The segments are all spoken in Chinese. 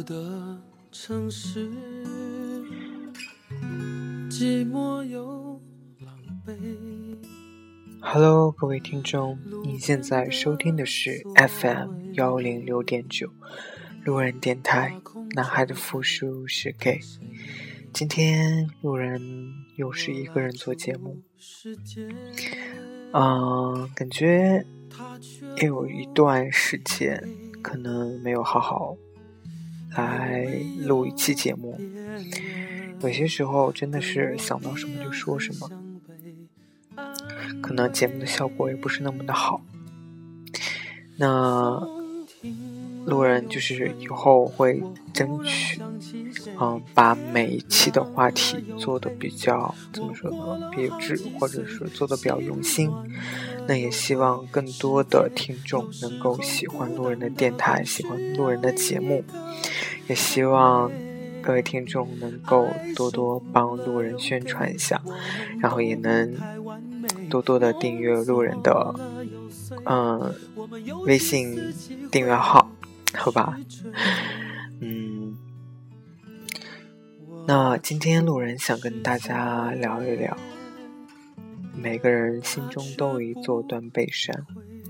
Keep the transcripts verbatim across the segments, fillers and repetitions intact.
孤的城市，寂寞又狼狈。 Hello， 各位听众，你现在收听的是 F M 一零六点九 路人电台，男孩的复数是 gay。今天路人又是一个人做节目，嗯，感觉也有一段时间可能没有好好来录一期节目，有些时候真的是想到什么就说什么，可能节目的效果也不是那么的好。那路人就是以后会争取嗯，把每一期的话题做得比较怎么说呢，别致，或者是做得比较用心。那也希望更多的听众能够喜欢路人的电台，喜欢路人的节目，也希望各位听众能够多多帮路人宣传一下，然后也能多多的订阅路人的嗯微信订阅号，好吧？嗯，那今天路人想跟大家聊一聊，每个人心中都有一座断背山。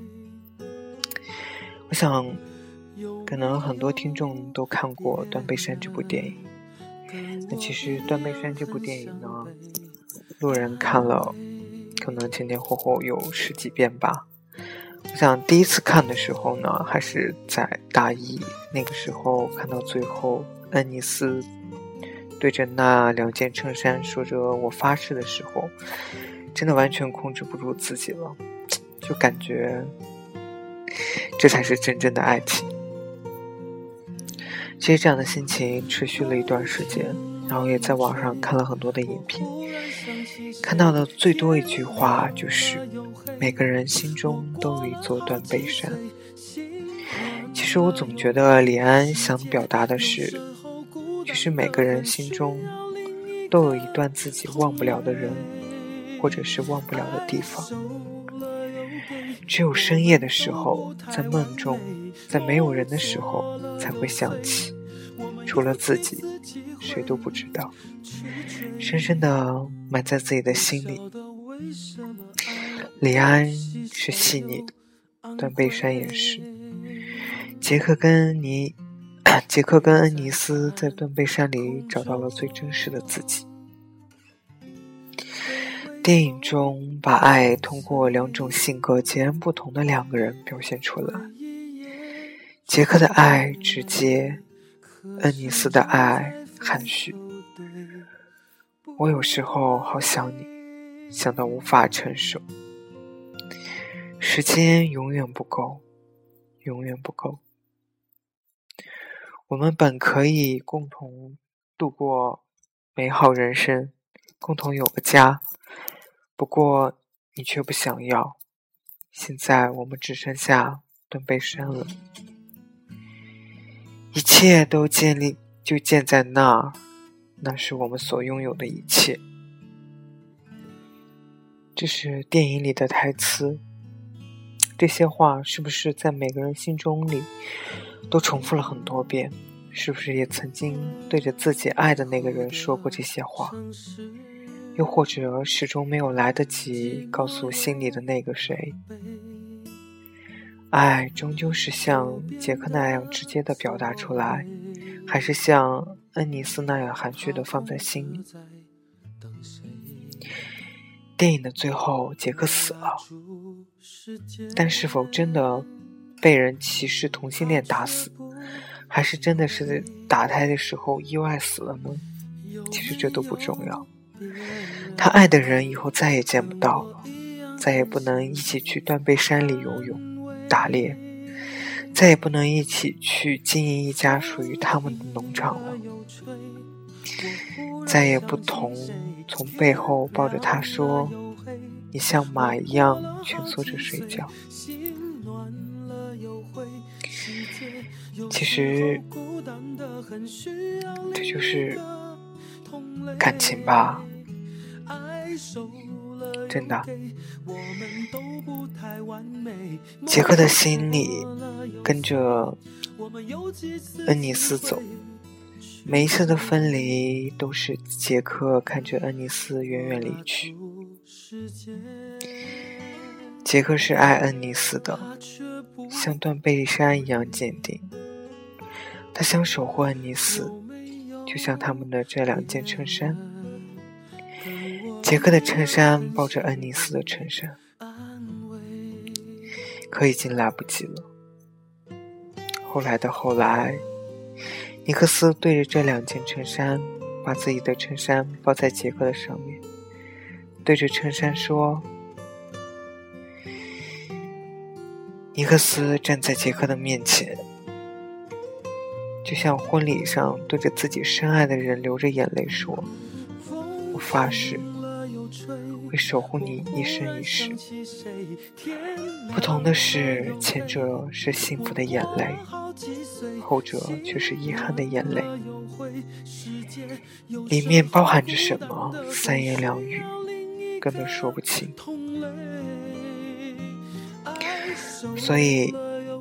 我想可能很多听众都看过断背山这部电影，那其实断背山这部电影呢，路人看了可能前前后后有十几遍吧。我想第一次看的时候呢，还是在大一，那个时候看到最后恩尼斯对着那两件衬衫说着我发誓的时候，真的完全控制不住自己了，就感觉这才是真正的爱情。其实这样的心情持续了一段时间，然后也在网上看了很多的影评，看到的最多一句话就是每个人心中都有一座断背山。其实我总觉得李安想表达的是，就是每个人心中都有一段自己忘不了的人，或者是忘不了的地方。只有深夜的时候，在梦中，在没有人的时候才会想起，除了自己谁都不知道，深深地埋在自己的心里。李安是细腻的，断背山也是。杰克跟尼杰克跟恩尼斯在断背山里找到了最真实的自己。电影中把爱通过两种性格截然不同的两个人表现出来，杰克的爱直接，恩尼斯的爱含蓄。我有时候好想你，想到无法承受。时间永远不够，永远不够。我们本可以共同度过美好人生，共同有个家，不过你却不想要。现在我们只剩下断背山了，一切都建立就建在那儿，那是我们所拥有的一切。这是电影里的台词，这些话是不是在每个人心中里都重复了很多遍？是不是也曾经对着自己爱的那个人说过这些话？又或者始终没有来得及告诉心里的那个谁？爱终究是像杰克那样直接的表达出来，还是像恩尼斯那样含蓄的放在心里？电影的最后，杰克死了，但是否真的被人歧视同性恋打死，还是真的是打胎的时候意外死了呢？其实这都不重要。他爱的人以后再也见不到了，再也不能一起去断背山里游泳打猎，再也不能一起去经营一家属于他们的农场了，再也不同从背后抱着他说你像马一样蜷缩着睡觉。其实这就是感情吧。 真的。杰克的心里跟着恩尼斯走，每一次的分离都是杰克看着恩尼斯远远离去。杰克是爱恩尼斯的，像断背山一样坚定，他想守护恩尼斯，就像他们的这两件衬衫。杰克的衬衫抱着恩尼斯的衬衫，可已经来不及了。后来的后来，尼克斯对着这两件衬衫，把自己的衬衫抱在杰克的上面，对着衬衫说。尼克斯站在杰克的面前，就像婚礼上对着自己深爱的人流着眼泪说，我发誓会守护你一生一世。不同的是，前者是幸福的眼泪，后者却是遗憾的眼泪，里面包含着什么，三言两语根本说不清。所以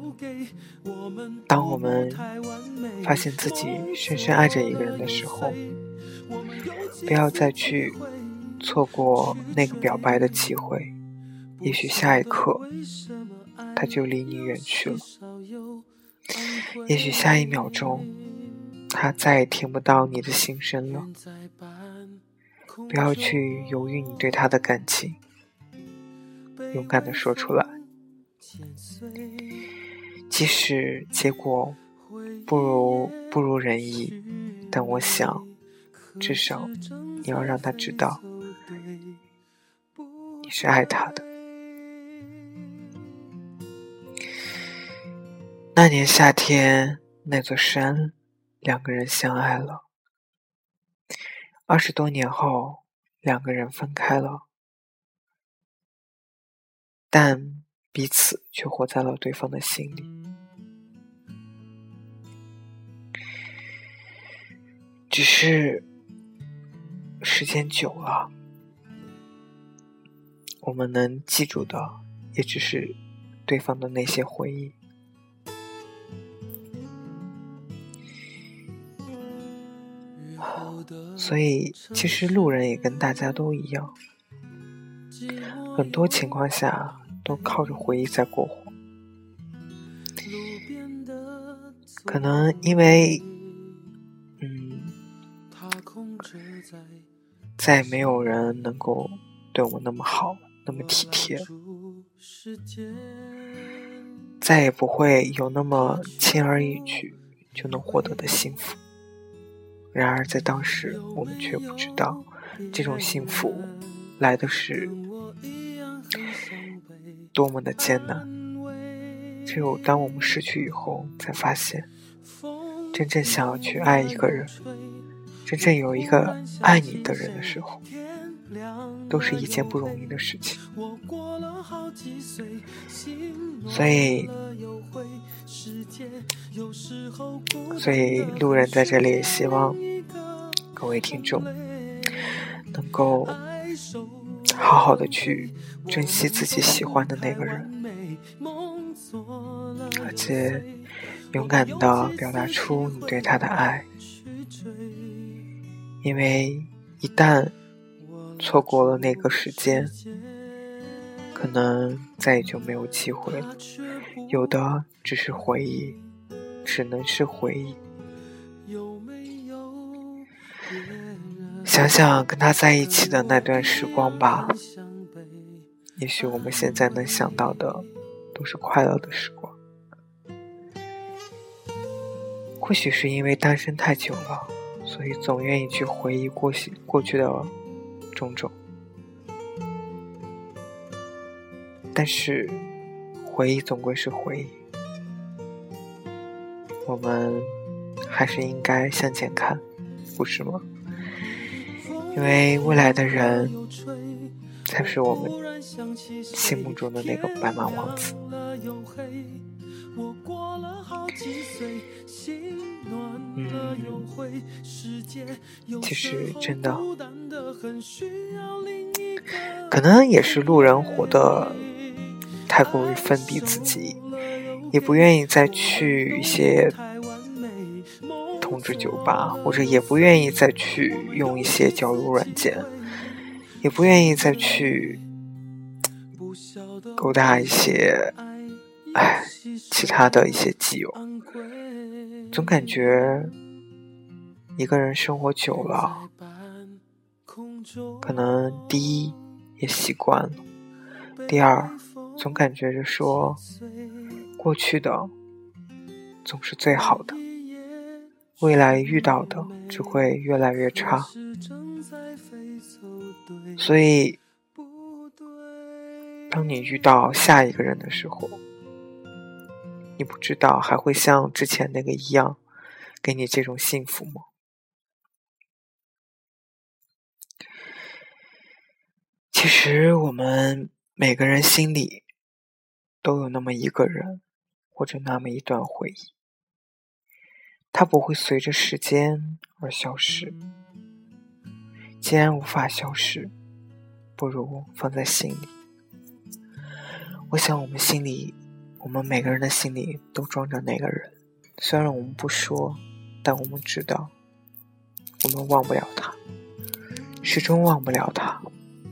当我们发现自己深深爱着一个人的时候，不要再去错过那个表白的机会，也许下一刻他就离你远去了，也许下一秒钟他再也听不到你的心声了。不要去犹豫你对他的感情，勇敢地说出来，即使结果不如不如人意，但我想至少你要让他知道你是爱他的。那年夏天，那座山，两个人相爱了。二十多年后，两个人分开了，但彼此却活在了对方的心里。只是时间久了，我们能记住的也只是对方的那些回忆。所以其实路人也跟大家都一样，很多情况下都靠着回忆在过活。可能因为嗯，再没有人能够对我们那么好，那么体贴，再也不会有那么轻而易举就能获得的幸福。然而在当时，我们却不知道这种幸福来的是多么的艰难。只有当我们失去以后，才发现真正想要去爱一个人，真正有一个爱你的人的时候，都是一件不容易的事情。所以所以路人在这里希望各位听众能够好好的去珍惜自己喜欢的那个人，而且勇敢地表达出你对他的爱，因为一旦错过了那个时间，可能再也就没有机会了，有的只是回忆，只能是回忆。想想跟他在一起的那段时光吧，也许我们现在能想到的都是快乐的时光。或许是因为单身太久了，所以总愿意去回忆过去过去的种种，但是回忆总归是回忆，我们还是应该向前看，不是吗？因为未来的人才是我们心目中的那个白马王子。 我过了好几岁，心暖嗯，其实真的可能也是路人活得太过于封闭自己，也不愿意再去一些同志酒吧，或者也不愿意再去用一些交友软件，也不愿意再去勾搭一些哎其他的一些基友。总感觉一个人生活久了，可能第一也习惯了，第二总感觉着说过去的总是最好的，未来遇到的只会越来越差。所以当你遇到下一个人的时候，你不知道还会像之前那个一样给你这种幸福吗？其实我们每个人心里都有那么一个人，或者那么一段回忆，它不会随着时间而消失。既然无法消失，不如放在心里。我想我们心里，我们每个人的心里都装着那个人，虽然我们不说，但我们知道，我们忘不了他，始终忘不了他。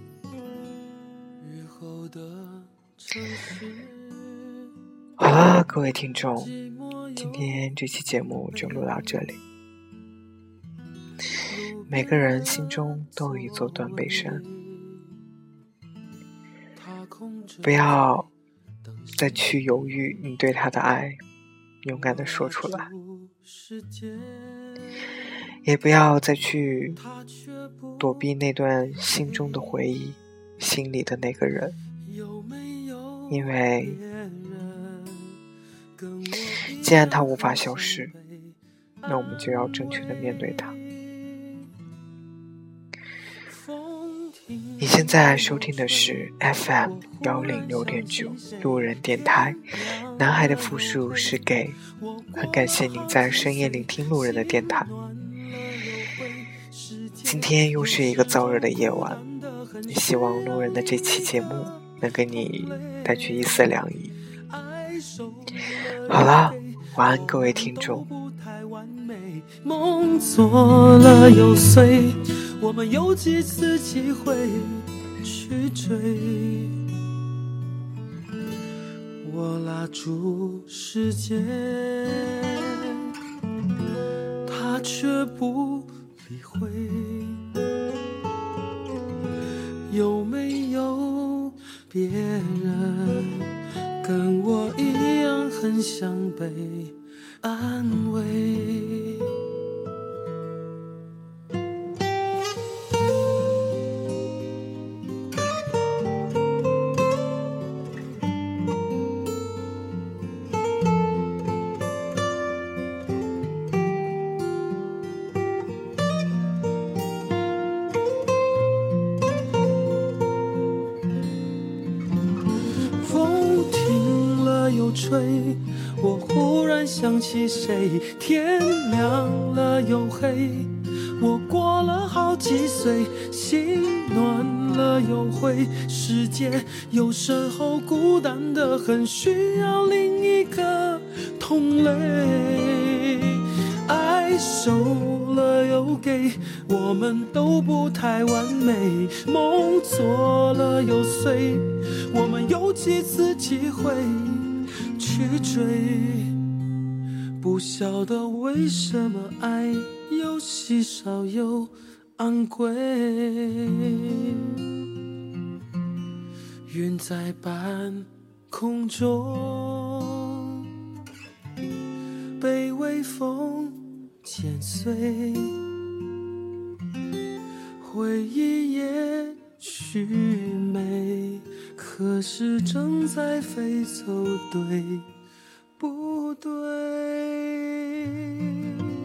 好了，各位听众，今天这期节目就录到这里。每个人心中都有一座断背山，不要再去犹豫你对他的爱，勇敢地说出来，也不要再去躲避那段心中的回忆，心里的那个人，因为既然他无法消失，那我们就要正确的面对他。你现在收听的是 F M 一零六点九 路人电台，男孩的复数是 gay。 很感谢您在深夜聆听路人的电台。今天又是一个燥热的夜晚，希望路人的这期节目能给你带去一丝凉意。好了，晚安各位听众。 梦做了又碎，我们有几次机会去追，我拉住时间，他却不理会。有没有别人跟我一样很想被安慰？吹，我忽然想起谁，天亮了又黑，我过了好几岁，心暖了又灰，世界有时候孤单得很，需要另一个同类。爱收了又给，我们都不太完美，梦做了又碎，我们有几次机会去追，不晓得为什么爱又稀少又昂贵。云在半空中被微风剪碎，回忆也许美，可是正在飞走，对不对？